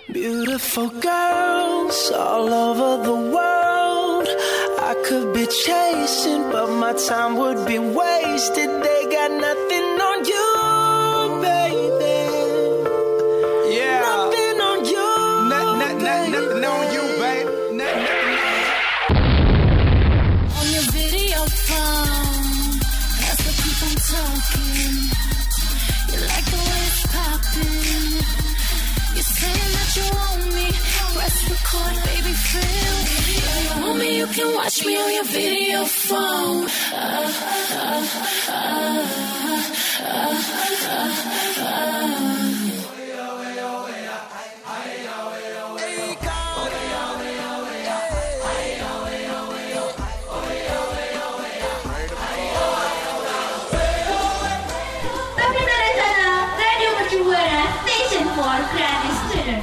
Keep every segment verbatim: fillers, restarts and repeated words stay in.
Beautiful girls all over the world. I could be chasing, but my time would be wasted. They got nothing on you, baby. Yeah. Nothing on you, Not, not, not, nothing on you, babe. Not, nothing on you. On your video phone, that's what keep on talking. You like the way it's popping. You're saying that you want me. Press record, baby, feel. If you want me, you can watch me on your video phone. Uh, uh, uh, uh, uh, uh, uh. Tapi dari sana, Radio Mercu Buana, Station for Creative Student.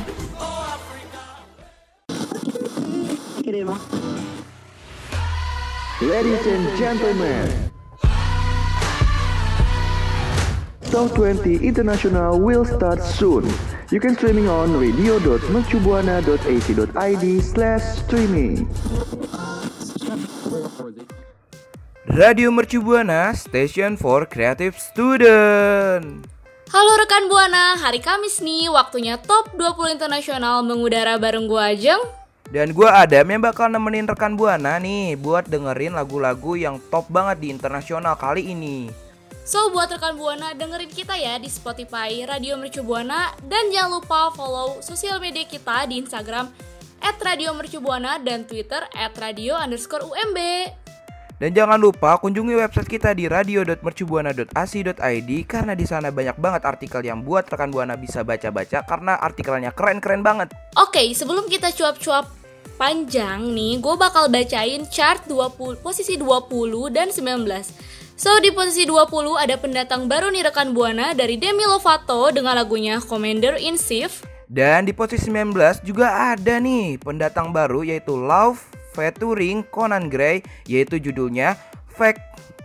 Ladies and gentlemen, Top twenty International will start soon. You can streaming on radio dot mercubuana dot a c dot i d slash streaming. Radio Mercu Buana, Station for Creative Student. Halo rekan Buana, hari Kamis nih, waktunya Top dua puluh Internasional mengudara bareng gua Ajeng. Dan gue Adam yang bakal nemenin rekan Buana nih buat dengerin lagu-lagu yang top banget di internasional kali ini. So buat rekan Buana dengerin kita ya di Spotify Radio Mercu Buana. Dan jangan lupa follow sosial media kita di Instagram at radio mercubuana dan Twitter at radio underscore umb. Dan jangan lupa kunjungi website kita di radio dot mercubuana dot a c dot i d karena di sana banyak banget artikel yang buat rekan Buana bisa baca-baca karena artikelnya keren-keren banget. Oke, sebelum kita cuap-cuap panjang nih, gue bakal bacain chart dua puluh, posisi dua puluh dan sembilan belas. So di posisi dua puluh ada pendatang baru nih rekan Buana dari Demi Lovato dengan lagunya Commander in Chief. Dan di posisi sembilan belas juga ada nih pendatang baru yaitu Love featuring Conan Gray, yaitu judulnya Fake.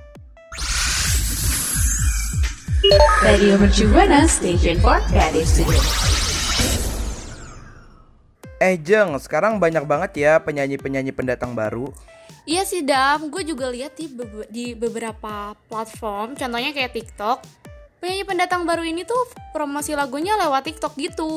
Radio Mercu Buana, Station for Creative Student. Eh Jeng, sekarang banyak banget ya penyanyi-penyanyi pendatang baru. Iya sih Dam, gue juga lihat di, be- di beberapa platform, contohnya kayak TikTok. Penyanyi pendatang baru ini tuh promosi lagunya lewat TikTok gitu.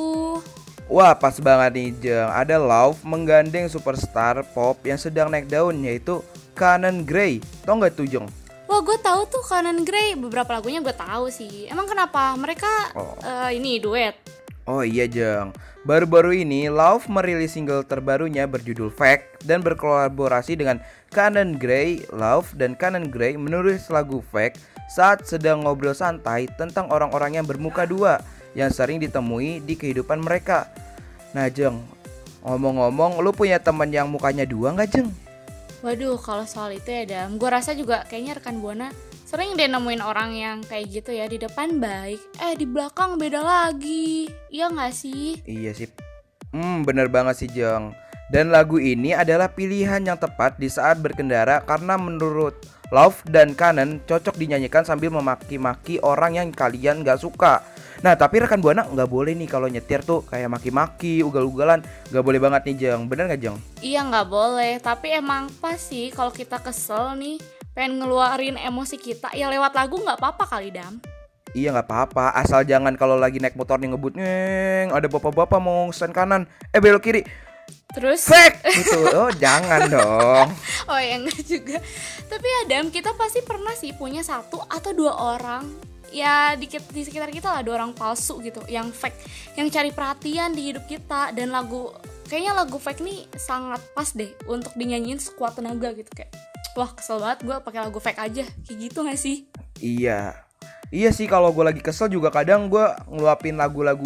Wah pas banget nih Jeng, ada Love menggandeng superstar pop yang sedang naik daun yaitu Conan Gray. Tau gak tuh Jeng? Wah gue tahu tuh Conan Gray, beberapa lagunya gue tahu sih. Emang kenapa? Mereka Oh. uh, ini duet. Oh iya Jeng, baru-baru ini Love merilis single terbarunya berjudul Fake dan berkolaborasi dengan Conan Gray. Love dan Conan Gray menulis lagu Fake saat sedang ngobrol santai tentang orang-orang yang bermuka dua yang sering ditemui di kehidupan mereka. Nah Jeng, ngomong-ngomong lu punya teman yang mukanya dua gak Jeng? Waduh kalau soal itu ya Dam, gue rasa juga kayaknya rekan Buana sering deh nemuin orang yang kayak gitu ya. Di depan baik, eh di belakang beda lagi. Iya gak sih? Iya sih. Hmm bener banget sih Jeng. Dan lagu ini adalah pilihan yang tepat di saat berkendara karena menurut Love dan Conan cocok dinyanyikan sambil memaki-maki orang yang kalian gak suka. Nah tapi rekan Buana gak boleh nih kalau nyetir tuh kayak maki-maki, ugal-ugalan. Gak boleh banget nih Jeng, bener gak Jeng? Iya gak boleh, tapi emang pas sih kalau kita kesel nih pengen ngeluarin emosi kita, ya lewat lagu gak apa-apa kali Dam. Iya gak apa-apa, asal jangan kalau lagi naik motor nih ngebut ngeng, ada bapak-bapak mau stand kanan, eh belok kiri, Terus fake gitu. Oh jangan dong. Oh ya enggak juga. Tapi Adam, kita pasti pernah sih punya satu atau dua orang, ya di, di sekitar kita lah, dua orang palsu gitu, yang fake, yang cari perhatian di hidup kita. Dan lagu, kayaknya lagu Fake nih sangat pas deh untuk dinyanyiin sekuat tenaga gitu. Kayak wah kesel banget gue pakai lagu Fake aja, kayak gitu gak sih? Iya. Iya sih, kalau gue lagi kesel juga kadang gue ngeluapin lagu-lagu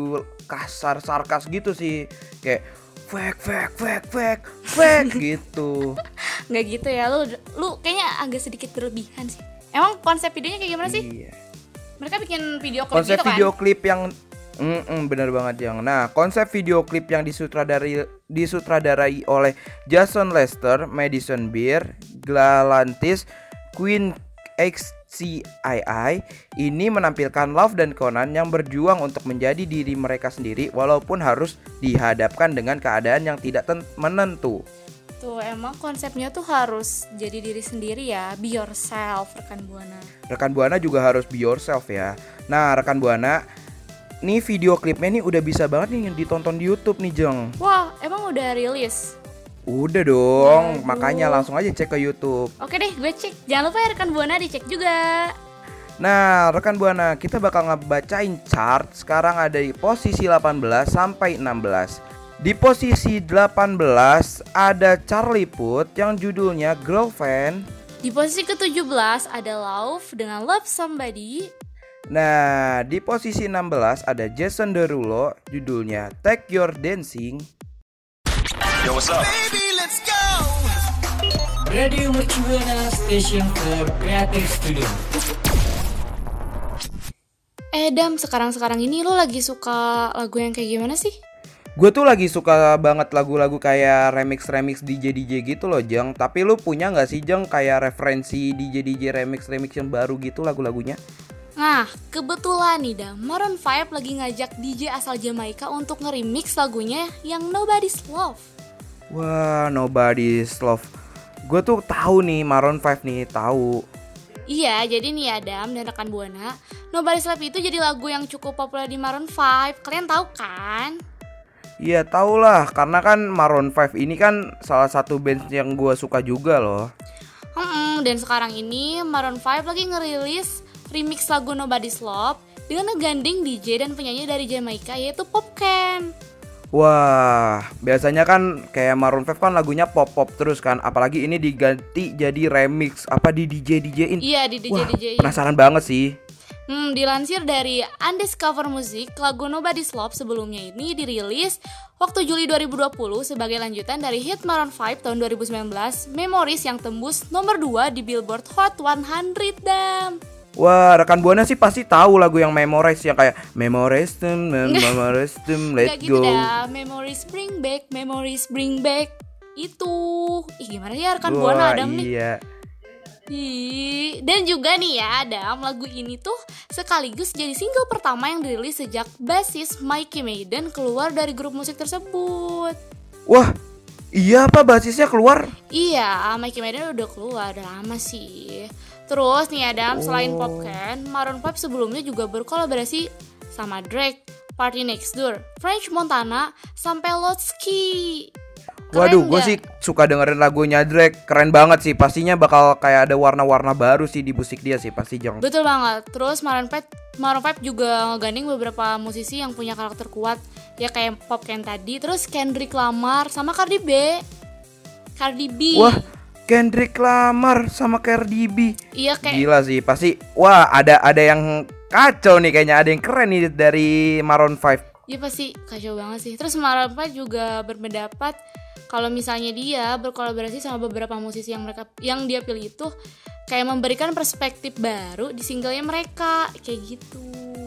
kasar sarkas gitu sih. Kayak fake fake fake fake fake gitu. Nggak gitu ya, lu lu kayaknya agak sedikit berlebihan sih. Emang konsep videonya kayak gimana sih? Iya. Mereka bikin video klip Konsep gitu kan? video klip yang mm bener banget yang. Nah, konsep video klip yang disutradarai disutradarai oleh Jason Lester, Madison Beer, Galantis, Queen X C I I ini menampilkan Love dan Conan yang berjuang untuk menjadi diri mereka sendiri walaupun harus dihadapkan dengan keadaan yang tidak ten- menentu. Tuh emang konsepnya tuh harus jadi diri sendiri ya, be yourself rekan Buana. Rekan Buana juga harus be yourself ya. Nah rekan Buana, nih video klipnya nih udah bisa banget nih ditonton di YouTube nih Jeng. Wah emang udah rilis? Udah dong, Aduh. makanya langsung aja cek ke YouTube. Oke deh, gue cek. Jangan lupa ya rekan Buana dicek juga. Nah, rekan Buana, kita bakal ngebacain chart. Sekarang ada di posisi delapan belas sampai enam belas. Di posisi delapan belas ada Charlie Puth yang judulnya Girlfriend. Di posisi ketujuh belas ada Love dengan Love Somebody. Nah, di posisi enam belas ada Jason Derulo judulnya Take Your Dancing. Yo, what's up? Baby, let's go. Radio Mercu Buana Station for Creative Studio. Eh Dam, sekarang-sekarang ini lo lagi suka lagu yang kayak gimana sih? Gue tuh lagi suka banget lagu-lagu kayak remix-remix D J D J gitu loh Jeng. Tapi lu punya gak sih Jeng kayak referensi D J D J remix-remix yang baru gitu lagu-lagunya? Nah, kebetulan nih Dam, Maroon five lagi ngajak D J asal Jamaika untuk nge-remix lagunya yang Nobody's Love. Wah, Nobody's Love. Gue tuh tahu nih Maroon five nih, tahu. Iya, jadi nih Adam dan rekan Buana, Nobody's Love itu jadi lagu yang cukup populer di Maroon five. Kalian tahu kan? Iya, tau lah, karena kan Maroon five ini kan salah satu band yang gue suka juga loh. Hmm, dan sekarang ini Maroon five lagi ngerilis remix lagu Nobody's Love dengan ngegandeng D J dan penyanyi dari Jamaika yaitu Popcan. Wah, biasanya kan kayak Maroon five kan lagunya pop-pop terus kan. Apalagi ini diganti jadi remix, apa di D J D J-in. Iya, di D J Wah, D J-in. penasaran banget sih. Hmm, dilansir dari Undiscover Music, lagu Nobody's Love sebelumnya ini dirilis waktu Juli dua ribu dua puluh sebagai lanjutan dari hit Maroon five tahun dua ribu sembilan belas, Memories, yang tembus nomor dua di Billboard Hot seratus, Dam. Wah, rekan Buana sih pasti tahu lagu yang Memorize yang kayak Memorize them, Memorize them, let Gak gitu go. dah, Memories bring back, Memories bring back. Itu, ih gimana ya rekan Wah, Buana Adam nih. iya. Ih, dan juga nih ya Adam, lagu ini tuh sekaligus jadi single pertama yang dirilis sejak bassist Mikey Maiden keluar dari grup musik tersebut. Wah, iya apa basisnya keluar? Iya, Mikey Maiden udah keluar, udah lama sih. Terus nih Adam, selain Popcan, Maroon five sebelumnya juga berkolaborasi sama Drake, Party Next Door, French Montana, sampai Lotski. Waduh, gue sih suka dengerin lagunya Drake, keren banget sih. Pastinya bakal kayak ada warna-warna baru sih di musik dia sih, pasti Jong. Betul banget. Terus Maroon five, Maroon five juga ngegandeng beberapa musisi yang punya karakter kuat, ya kayak Popcan tadi. Terus Kendrick Lamar sama Cardi B. Cardi B. Wah, Kendrick Lamar sama Cardi B. Iya kayak. Gila sih, pasti. Wah, ada ada yang kacau nih kayaknya, ada yang keren nih dari Maroon five. Iya pasti kacau banget sih. Terus Maroon five juga berpendapat kalau misalnya dia berkolaborasi sama beberapa musisi yang mereka yang dia pilih itu kayak memberikan perspektif baru di singlenya mereka, kayak gitu.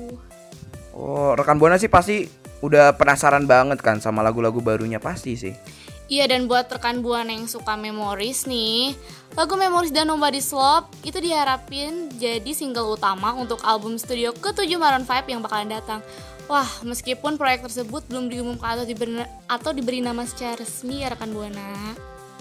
Oh, rekan Buana sih pasti udah penasaran banget kan sama lagu-lagu barunya pasti sih. Iya, dan buat rekan Buana yang suka Memories nih, lagu Memories dan Nobody's Love itu diharapin jadi single utama untuk album studio ketujuh Maroon five yang bakalan datang. Wah, meskipun proyek tersebut belum diumumkan atau diberi, atau diberi nama secara resmi ya rekan Buana.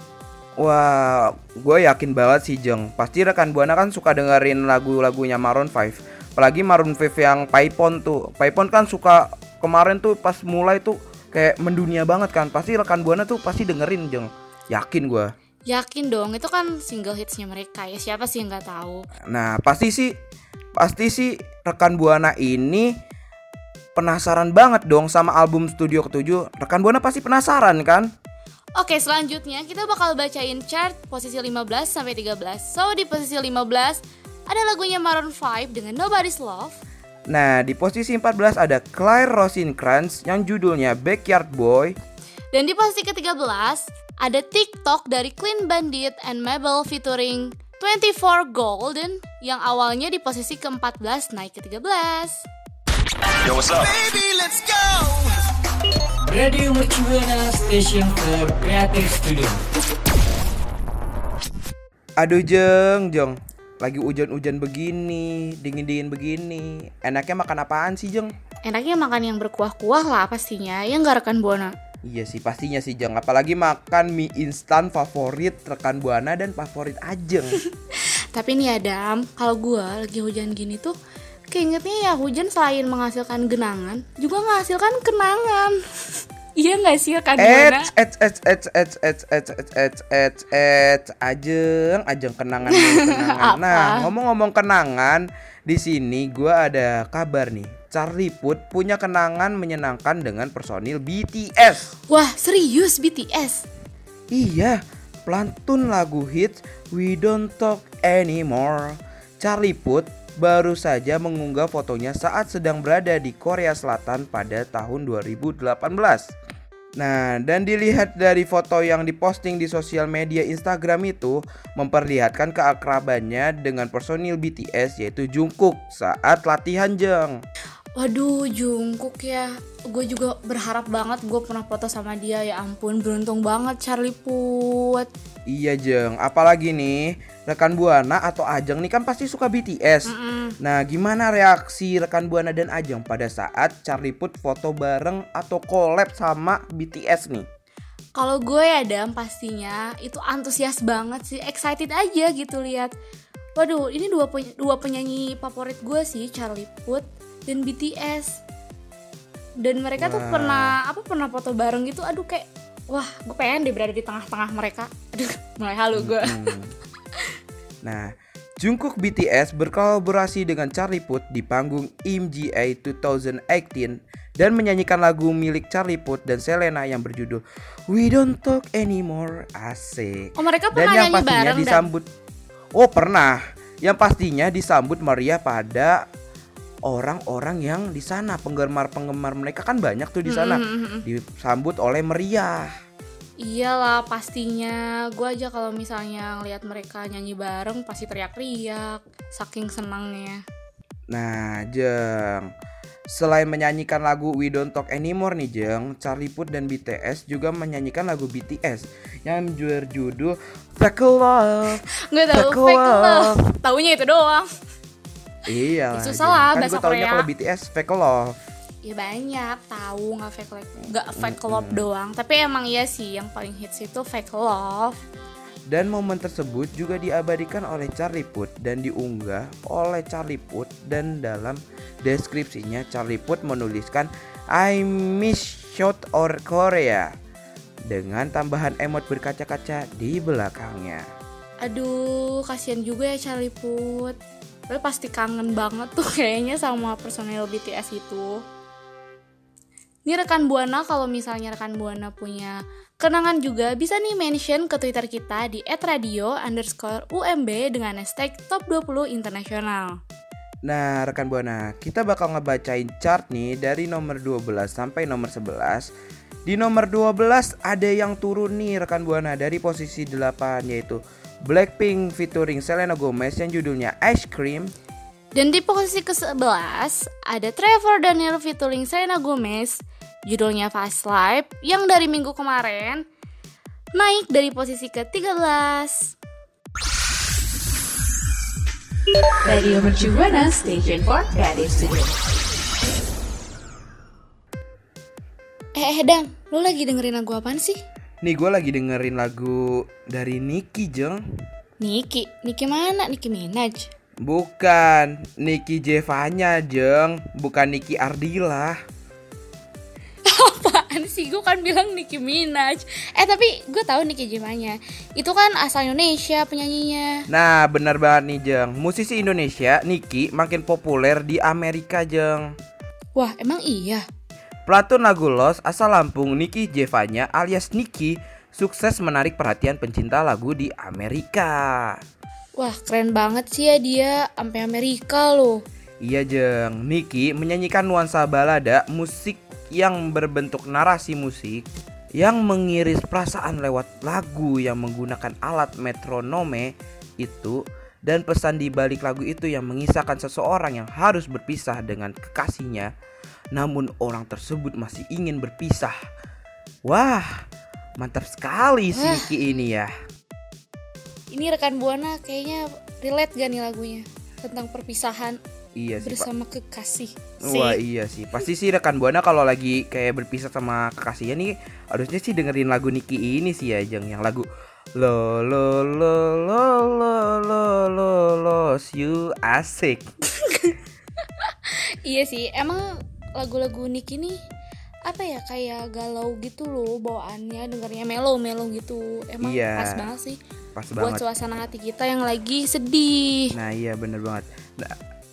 Wah, gue yakin banget sih Jeng. Pasti rekan Buana kan suka dengerin lagu-lagunya Maroon five. Apalagi Maroon five yang Paipon tuh. Paipon kan suka kemarin tuh pas mulai tuh kayak mendunia banget kan. Pasti rekan Buana tuh pasti dengerin Jeng. Yakin gue. Yakin dong, itu kan single hitsnya mereka ya. Siapa sih yang nggak tahu? Nah, pasti sih pasti sih rekan Buana ini penasaran banget dong sama album studio ketujuh. Rekan Buana pasti penasaran kan? Oke, selanjutnya kita bakal bacain chart posisi lima belas sampai tiga belas. So, di posisi lima belas ada lagunya Maroon five dengan Nobody's Love. Nah, di posisi empat belas ada Claire Rosencrantz yang judulnya Backyard Boy. Dan di posisi ke tiga belas ada TikTok dari Clean Bandit and Mabel featuring twenty-four Golden yang awalnya di posisi ke empat belas naik ke tiga belas. Yo, what's up? Baby, let's go. Radio Mercu Buana Station for Creative Studio. Aduh Jeng, Jeng. lagi hujan-hujan begini, dingin-dingin begini, enaknya makan apaan sih Jeng? Enaknya makan yang berkuah-kuah lah pastinya, ya nggak rekan Buana? Iya sih pastinya sih Jeng, apalagi makan mie instan favorit rekan Buana dan favorit Ajeng. Tapi nih Adam, kalau gue lagi hujan gini tuh keingetnya ya hujan selain menghasilkan genangan juga menghasilkan kenangan. Iya nggak sih rekan Buana? Ets ets ets ets ets ets ets ets ets ets Ajeng, Ajeng kenangan kenangan. Nah, ngomong-ngomong kenangan, di sini gue ada kabar nih. Charlie Puth punya kenangan menyenangkan dengan personil B T S. Wah, serius B T S? Iya, pelantun lagu hits We Don't Talk Anymore. Charlie Puth baru saja mengunggah fotonya saat sedang berada di Korea Selatan pada tahun dua ribu delapan belas. Nah, dan dilihat dari foto yang diposting di sosial media Instagram itu memperlihatkan keakrabannya dengan personil B T S yaitu Jungkook saat latihan Jeng. Waduh, Jungkook ya. Gue juga berharap banget gue pernah foto sama dia. Ya ampun, beruntung banget Charlie Puth. Iya Jeng, apalagi nih rekan Buana atau Ajeng nih kan pasti suka B T S. Mm-mm. Nah, gimana reaksi rekan Buana dan Ajeng pada saat Charlie Puth foto bareng atau collab sama B T S nih? Kalau gue ya Dam, pastinya itu antusias banget sih, excited aja gitu lihat. Waduh, ini dua peny- dua penyanyi favorit gue sih, Charlie Puth dan B T S. Dan mereka wah. tuh pernah apa pernah foto bareng gitu. Aduh kayak wah, gue pengen deh berada di tengah-tengah mereka. Aduh, mulai halu gue. Hmm. Nah, Jungkook B T S berkolaborasi dengan Charlie Puth di panggung I M G A dua ribu delapan belas dan menyanyikan lagu milik Charlie Puth dan Selena yang berjudul We Don't Talk Anymore. Asik. Oh, mereka dan pernah yang nyanyi pastinya bareng disambut dan... Oh, pernah. Yang pastinya disambut meriah pada orang-orang yang di sana, penggemar-penggemar mereka kan banyak tuh di sana. Mm-hmm. Disambut oleh meriah. Iyalah pastinya. Gue aja kalau misalnya ngelihat mereka nyanyi bareng pasti teriak-teriak saking senangnya. Nah, Jeng, selain menyanyikan lagu We Don't Talk Anymore nih Jeng, Charlie Puth dan B T S juga menyanyikan lagu B T S yang berjudul Fake Love. Nggak tahu Fake, Fake Love, love. Taunya itu doang. Iya. Susah lah kan bahasa gue taunya Korea. kalau B T S Fake Love. Ya banyak tahu nggak fake love, nggak fake love mm-hmm. doang. Tapi emang iya sih yang paling hits itu Fake Love. Dan momen tersebut juga diabadikan oleh Charlie Puth dan diunggah oleh Charlie Puth, dan dalam deskripsinya Charlie Puth menuliskan I miss South or Korea dengan tambahan emot berkaca-kaca di belakangnya. Aduh, kasihan juga ya Charlie Puth. Tapi pasti kangen banget tuh kayaknya sama personil B T S itu. Ini rekan Buana, kalau misalnya rekan Buana punya kenangan juga bisa nih mention ke Twitter kita di et radio underscore U M B dengan hashtag top dua puluh internasional. Nah rekan Buana, kita bakal ngebacain chart nih dari nomor dua belas sampai nomor sebelas. Di nomor dua belas ada yang turun nih rekan Buana dari posisi delapan, yaitu Blackpink featuring Selena Gomez yang judulnya Ice Cream. Dan di posisi ke sebelas ada Trevor Daniel featuring Selena Gomez, judulnya Fast Life, yang dari minggu kemarin naik dari posisi ke tiga belas. Radio Mercu Buana, Station for Creative Studio. Eh, eh Dam, lu lagi dengerin lagu apaan sih? Nih gue lagi dengerin lagu dari Nicki Jeng. Nicki? Nicki mana? Nicki Minaj? Bukan, Nicki Jevanya Jeng, bukan Nicki Ardila. Apaan sih, gue kan bilang Nicki Minaj. Eh tapi gue tahu Nicki Jevanya. Itu kan asal Indonesia penyanyinya. Nah benar banget nih Jeng, musisi Indonesia Nicki makin populer di Amerika Jeng. Wah emang iya? Pelantun lagu Lost asal Lampung Nicki Jevanya alias Nicki sukses menarik perhatian pencinta lagu di Amerika. Wah keren banget sih ya dia, sampai Amerika loh. Iya Jeng, Nicki menyanyikan nuansa balada, musik yang berbentuk narasi musik yang mengiris perasaan lewat lagu yang menggunakan alat metronome itu, dan pesan di balik lagu itu yang mengisahkan seseorang yang harus berpisah dengan kekasihnya, namun orang tersebut masih ingin berpisah. Wah, mantap sekali si Nicki ini ya. Ini rekan Buana kayaknya relate gak nih lagunya tentang perpisahan Iya sih, bersama Pak. kekasih. Wah iya sih, pasti sih rekan Buana kalau lagi kayak berpisah sama kekasihnya nih harusnya sih dengerin lagu Niki ini sih ya Jeng, yang lagu lo lo lo lo lo lo lo lost you asik. Iya sih, emang lagu-lagu Niki nih apa ya kayak galau gitu loh bawaannya, dengarnya melo-melo gitu. Emang Iya, pas banget sih pas buat banget. suasana hati kita yang lagi sedih. Nah iya bener banget. Nah,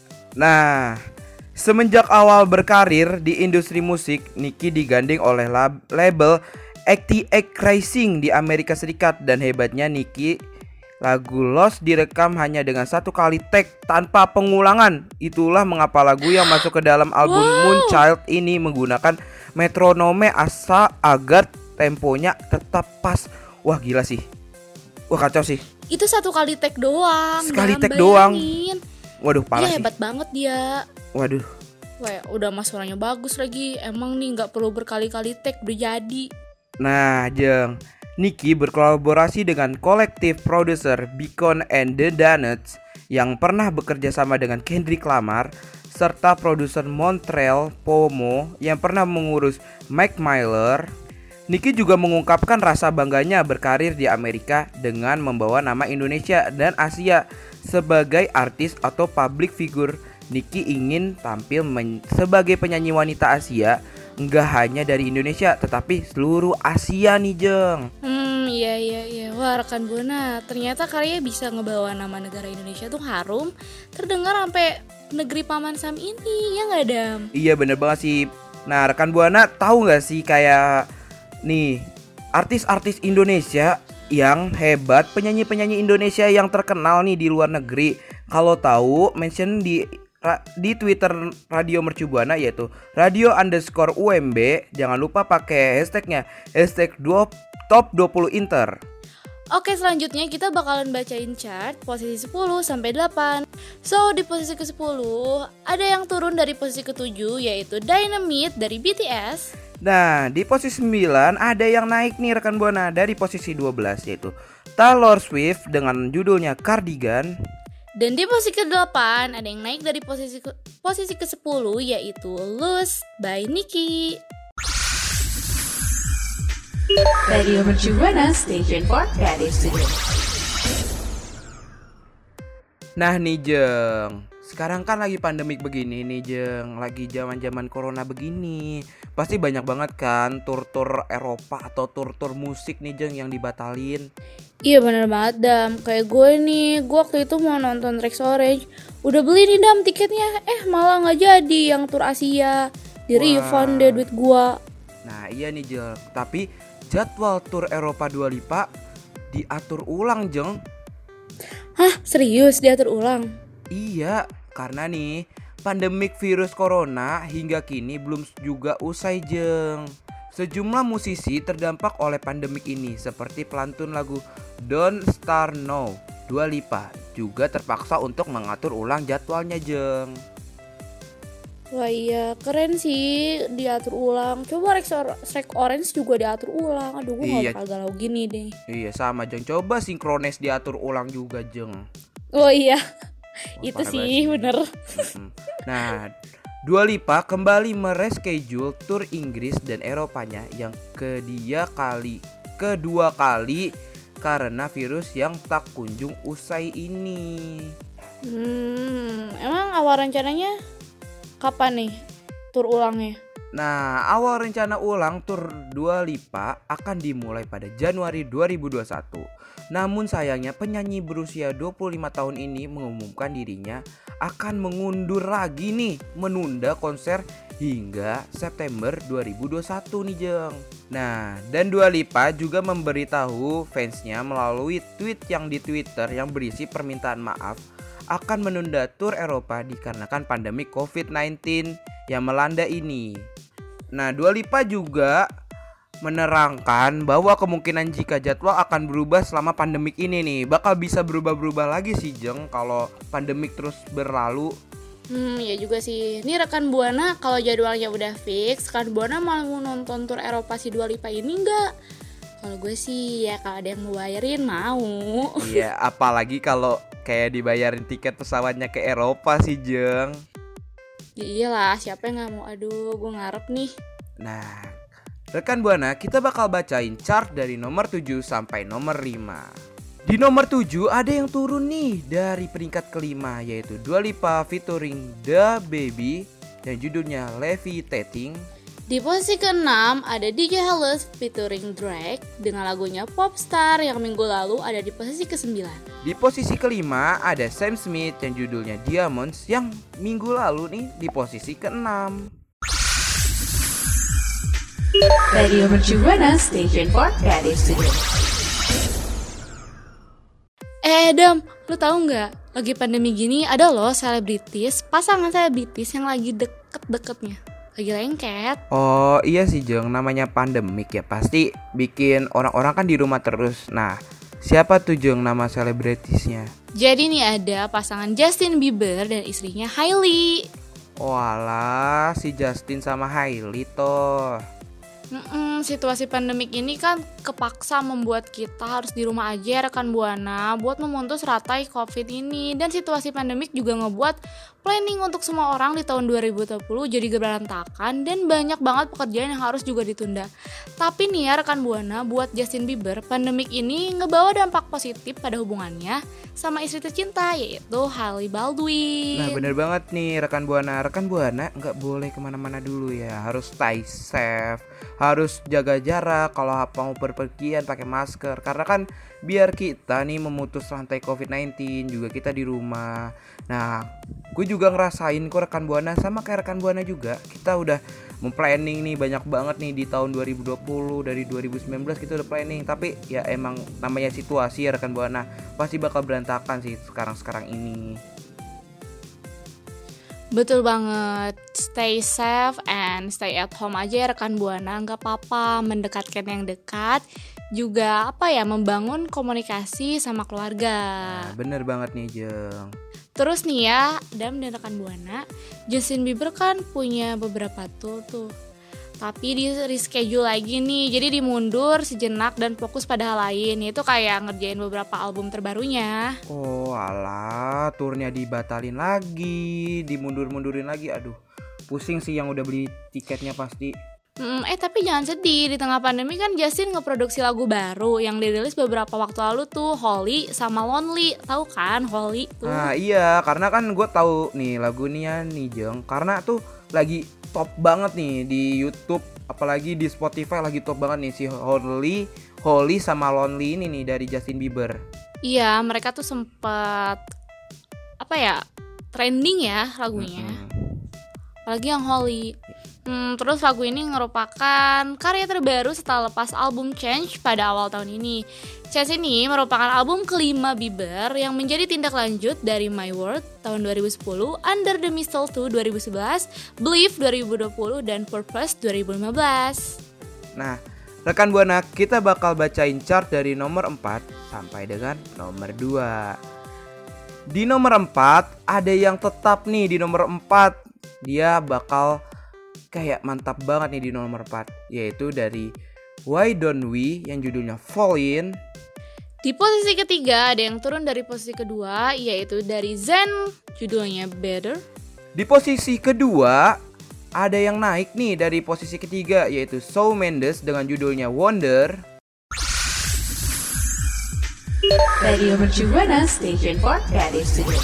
nah semenjak awal berkarir di industri musik, Niki digandeng oleh lab- label A T X Rising di Amerika Serikat. Dan hebatnya Niki, lagu Lost direkam hanya dengan satu kali take tanpa pengulangan. Itulah mengapa lagu yang masuk ke dalam album Wow. Moonchild ini menggunakan metronome asa agar temponya tetap pas. Wah gila sih. Wah kacau sih. Itu satu kali take doang. Sekali Dam, take doang. bayangin. Waduh parah Dia sih. hebat banget dia. Waduh. Wah, udah mas suaranya bagus lagi. Emang nih nggak perlu berkali-kali take udah jadi. Nah, Jeng, Niki berkolaborasi dengan kolektif produser Beacon and the Donuts yang pernah bekerja sama dengan Kendrick Lamar, serta produser Montreal Pomo yang pernah mengurus Mac Miller. Niki juga mengungkapkan rasa bangganya berkarir di Amerika dengan membawa nama Indonesia dan Asia sebagai artis atau public figure. Niki ingin tampil men- sebagai penyanyi wanita Asia, enggak hanya dari Indonesia tetapi seluruh Asia nih Jeng. Hmm, iya iya iya. Wah, rekan Buana, ternyata karya bisa ngebawa nama negara Indonesia tuh harum, terdengar sampai negeri Paman Sam ini, ya nggak Dam? Iya bener banget sih. Nah rekan Buana tahu nggak sih kayak nih artis-artis Indonesia yang hebat, penyanyi-penyanyi Indonesia yang terkenal nih di luar negeri. Kalau tahu mention di ra- di Twitter Radio Mercu Buana yaitu radio underscore U M B. Jangan lupa pakai hashtagnya hashtag dua top dua puluh Inter. Oke, selanjutnya kita bakalan bacain chart posisi sepuluh sampai delapan. So, di posisi ke sepuluh ada yang turun dari posisi ke tujuh yaitu Dynamite dari B T S. Nah, di posisi sembilan ada yang naik nih rekan Buana dari posisi dua belas yaitu Taylor Swift dengan judulnya Cardigan. Dan di posisi ke delapan ada yang naik dari posisi ke, posisi ke sepuluh yaitu Lose by Nicki. Radio Mercu Buana Station for Creative Studio. Nah nih Jeng, sekarang kan lagi pandemik begini nih Jeng, lagi zaman-zaman corona begini. Pasti banyak banget kan tur-tur Eropa atau tur-tur musik nih Jeng yang dibatalin. Iya bener banget Dam, kayak gue nih, gue waktu itu mau nonton Rex Orange. Udah beli nih Dam tiketnya, eh malah gak jadi yang tur Asia. Di refund deh duit gue. Nah iya nih Jeng, tapi jadwal tur Eropa Dua Lipa diatur ulang Jeng. Hah serius diatur ulang? Iya, karena nih pandemik virus corona hingga kini belum juga usai Jeng. Sejumlah musisi terdampak oleh pandemik ini seperti pelantun lagu Don't Start Now Dua Lipa juga terpaksa untuk mengatur ulang jadwalnya Jeng. Wah iya keren sih diatur ulang. Coba Rex, Or- Rex Orange juga diatur ulang. Aduh gue Iya. gak bakal galau gini deh. Iya sama Jeng, coba sinkronis diatur ulang juga Jeng. Oh iya Wah, itu parah sih banget bener. Mm-mm. Nah, Dua Lipa kembali mereschedule tur Inggris dan Eropanya yang kedia kali kedua kali karena virus yang tak kunjung usai ini. Hmm, emang awal rencananya kapan nih tur ulangnya? Nah, awal rencana ulang tur Dua Lipa akan dimulai pada Januari dua ribu dua puluh satu. Namun sayangnya penyanyi berusia dua puluh lima tahun ini mengumumkan dirinya akan mengundur lagi nih, menunda konser hingga September dua ribu dua puluh satu nih Jeng. Nah, dan Dua Lipa juga memberitahu fansnya melalui tweet yang di Twitter yang berisi permintaan maaf akan menunda tur Eropa dikarenakan pandemi covid sembilan belas yang melanda ini. Nah, Dua Lipa juga menerangkan bahwa kemungkinan jika jadwal akan berubah selama pandemik ini nih, bakal bisa berubah-berubah lagi sih Jeng kalau pandemik terus berlalu. Hmm, ya juga sih. Ini rekan Buana kalau jadwalnya udah fix, rekan Buana mau nonton tur Eropa si Dua Lipa ini enggak? Kalau gue sih ya kalau ada yang mau bayarin mau. Iya, apalagi kalau kayak dibayarin tiket pesawatnya ke Eropa sih, Jeng. Ya iyalah, siapa yang gak mau? Aduh, gue ngarep nih. Nah, rekan Buana, kita bakal bacain chart dari nomor tujuh sampai nomor lima. Di nomor tujuh ada yang turun nih dari peringkat kelima, yaitu Dua Lipa featuring The Baby yang judulnya Levitating. Di posisi keenam ada D J Halus featuring Drake dengan lagunya Popstar yang minggu lalu ada di posisi kesembilan. Di posisi kelima ada Sam Smith yang judulnya Diamonds yang minggu lalu nih di posisi keenam. Radio Mercu Buana, Station for Creative Studio. Eh Dam, lu tahu nggak? Lagi pandemi gini ada loh selebritis, pasangan selebritis yang lagi deket-deketnya lagi lengket. Oh iya sih Jeng, namanya pandemik ya pasti bikin orang-orang kan di rumah terus. Nah, siapa tuh Jeng nama selebritisnya? Jadi nih ada pasangan Justin Bieber dan istrinya Hailey. Walah, si Justin sama Hailey toh. Mm-mm, situasi pandemik ini kan kepaksa membuat kita harus di rumah aja ya rekan Buana buat memutus rantai covid ini. Dan situasi pandemik juga ngebuat planning untuk semua orang di tahun dua ribu dua puluh jadi berantakan dan banyak banget pekerjaan yang harus juga ditunda. Tapi nih ya rekan Buana, buat Justin Bieber, pandemik ini ngebawa dampak positif pada hubungannya sama istri tercinta yaitu Hailey Baldwin. Nah bener banget nih rekan Buana, rekan Buana nggak boleh kemana-mana dulu ya, harus stay safe, harus jaga jarak, kalau mau berpergian pakai masker, karena kan biar kita nih memutus rantai covid sembilan belas juga kita di rumah. Nah gue juga ngerasain kok rekan Buana, sama kayak rekan Buana juga, kita udah memplanning nih banyak banget nih di tahun dua ribu dua puluh, dari dua ribu sembilan belas kita udah planning. Tapi ya emang namanya situasi ya rekan Buana, pasti bakal berantakan sih sekarang-sekarang ini. Betul banget, stay safe and stay at home aja ya rekan Buana, nggak apa-apa, mendekatkan yang dekat, juga apa ya, membangun komunikasi sama keluarga. Nah, bener banget nih Jeng. Terus nih ya, Dam dan rekan Buana, Justin Bieber kan punya beberapa tour tuh, tapi di reschedule lagi nih, jadi dimundur sejenak dan fokus pada hal lain, yaitu kayak ngerjain beberapa album terbarunya. Oh alah, turnya dibatalin lagi, dimundur-mundurin lagi, aduh pusing sih yang udah beli tiketnya pasti. Hmm, eh tapi jangan sedih, di tengah pandemi kan Justin ngeproduksi lagu baru yang dirilis beberapa waktu lalu tuh, Holy sama Lonely, tahu kan Holy tuh? Nah iya, karena kan gue tahu nih lagu nih nih Jeng, karena tuh lagi top banget nih di YouTube, apalagi di Spotify lagi top banget nih si Holy, Holy sama Lonely ini nih dari Justin Bieber. Iya, mereka tuh sempet apa ya, trending ya lagunya. Mm-hmm. Apalagi yang Holy. Hmm, terus lagu ini merupakan karya terbaru setelah lepas album Change pada awal tahun ini. Change ini merupakan album kelima Bieber yang menjadi tindak lanjut dari My World tahun dua ribu sepuluh, Under the Mistletoe dua ribu sebelas, Believe dua ribu dua puluh, dan Purpose dua ribu lima belas. Nah, rekan Buana, kita bakal bacain chart dari nomor empat sampai dengan nomor dua. Di nomor empat ada yang tetap nih di nomor empat. Dia bakal kayak mantap banget nih di nomor empat, yaitu dari Why Don't We yang judulnya Fall In. Di posisi ketiga ada yang turun dari posisi kedua, yaitu dari Zen, judulnya Better. Di posisi kedua ada yang naik nih dari posisi ketiga, yaitu Shawn Mendes dengan judulnya Wonder. Radio Mercu Buana, Station for Creative Studio.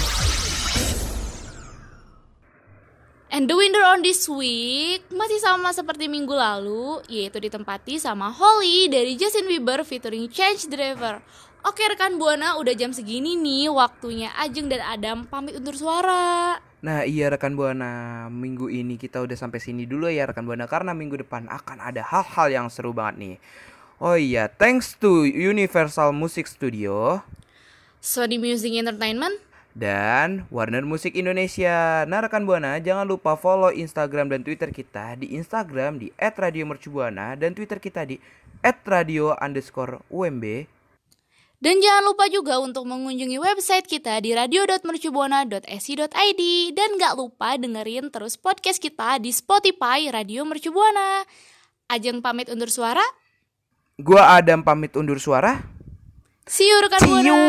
And the winner on this week masih sama seperti minggu lalu, yaitu ditempati sama Holy dari Justin Bieber featuring Change the Driver. Oke rekan Buana, udah jam segini nih, waktunya Ajeng dan Adam pamit undur suara. Nah iya rekan Buana, minggu ini kita udah sampai sini dulu ya rekan Buana, karena minggu depan akan ada hal-hal yang seru banget nih. Oh iya, thanks to Universal Music Studio, Sony Music Entertainment, dan Warner Music Indonesia. Nah rekan Buana, jangan lupa follow Instagram dan Twitter kita di Instagram di et radio mercubuana dan Twitter kita di et radio underscore umb. Dan jangan lupa juga untuk mengunjungi website kita di radio dot mercubuana dot a c dot i d. Dan gak lupa dengerin terus podcast kita di Spotify Radio Mercubuana. Ajeng pamit undur suara. Gua Adam pamit undur suara. See you rekan See Buana. you.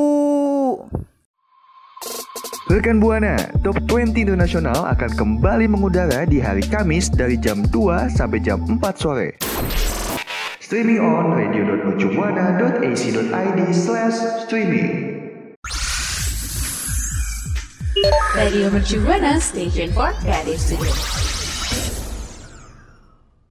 Rekan Buana, Top dua puluh Internasional akan kembali mengudara di hari Kamis dari jam dua sampai jam empat sore. Streaming on radio dot mercubuana dot a c dot i d slash streaming. Radio Mercu Buana Station for Creative Studio.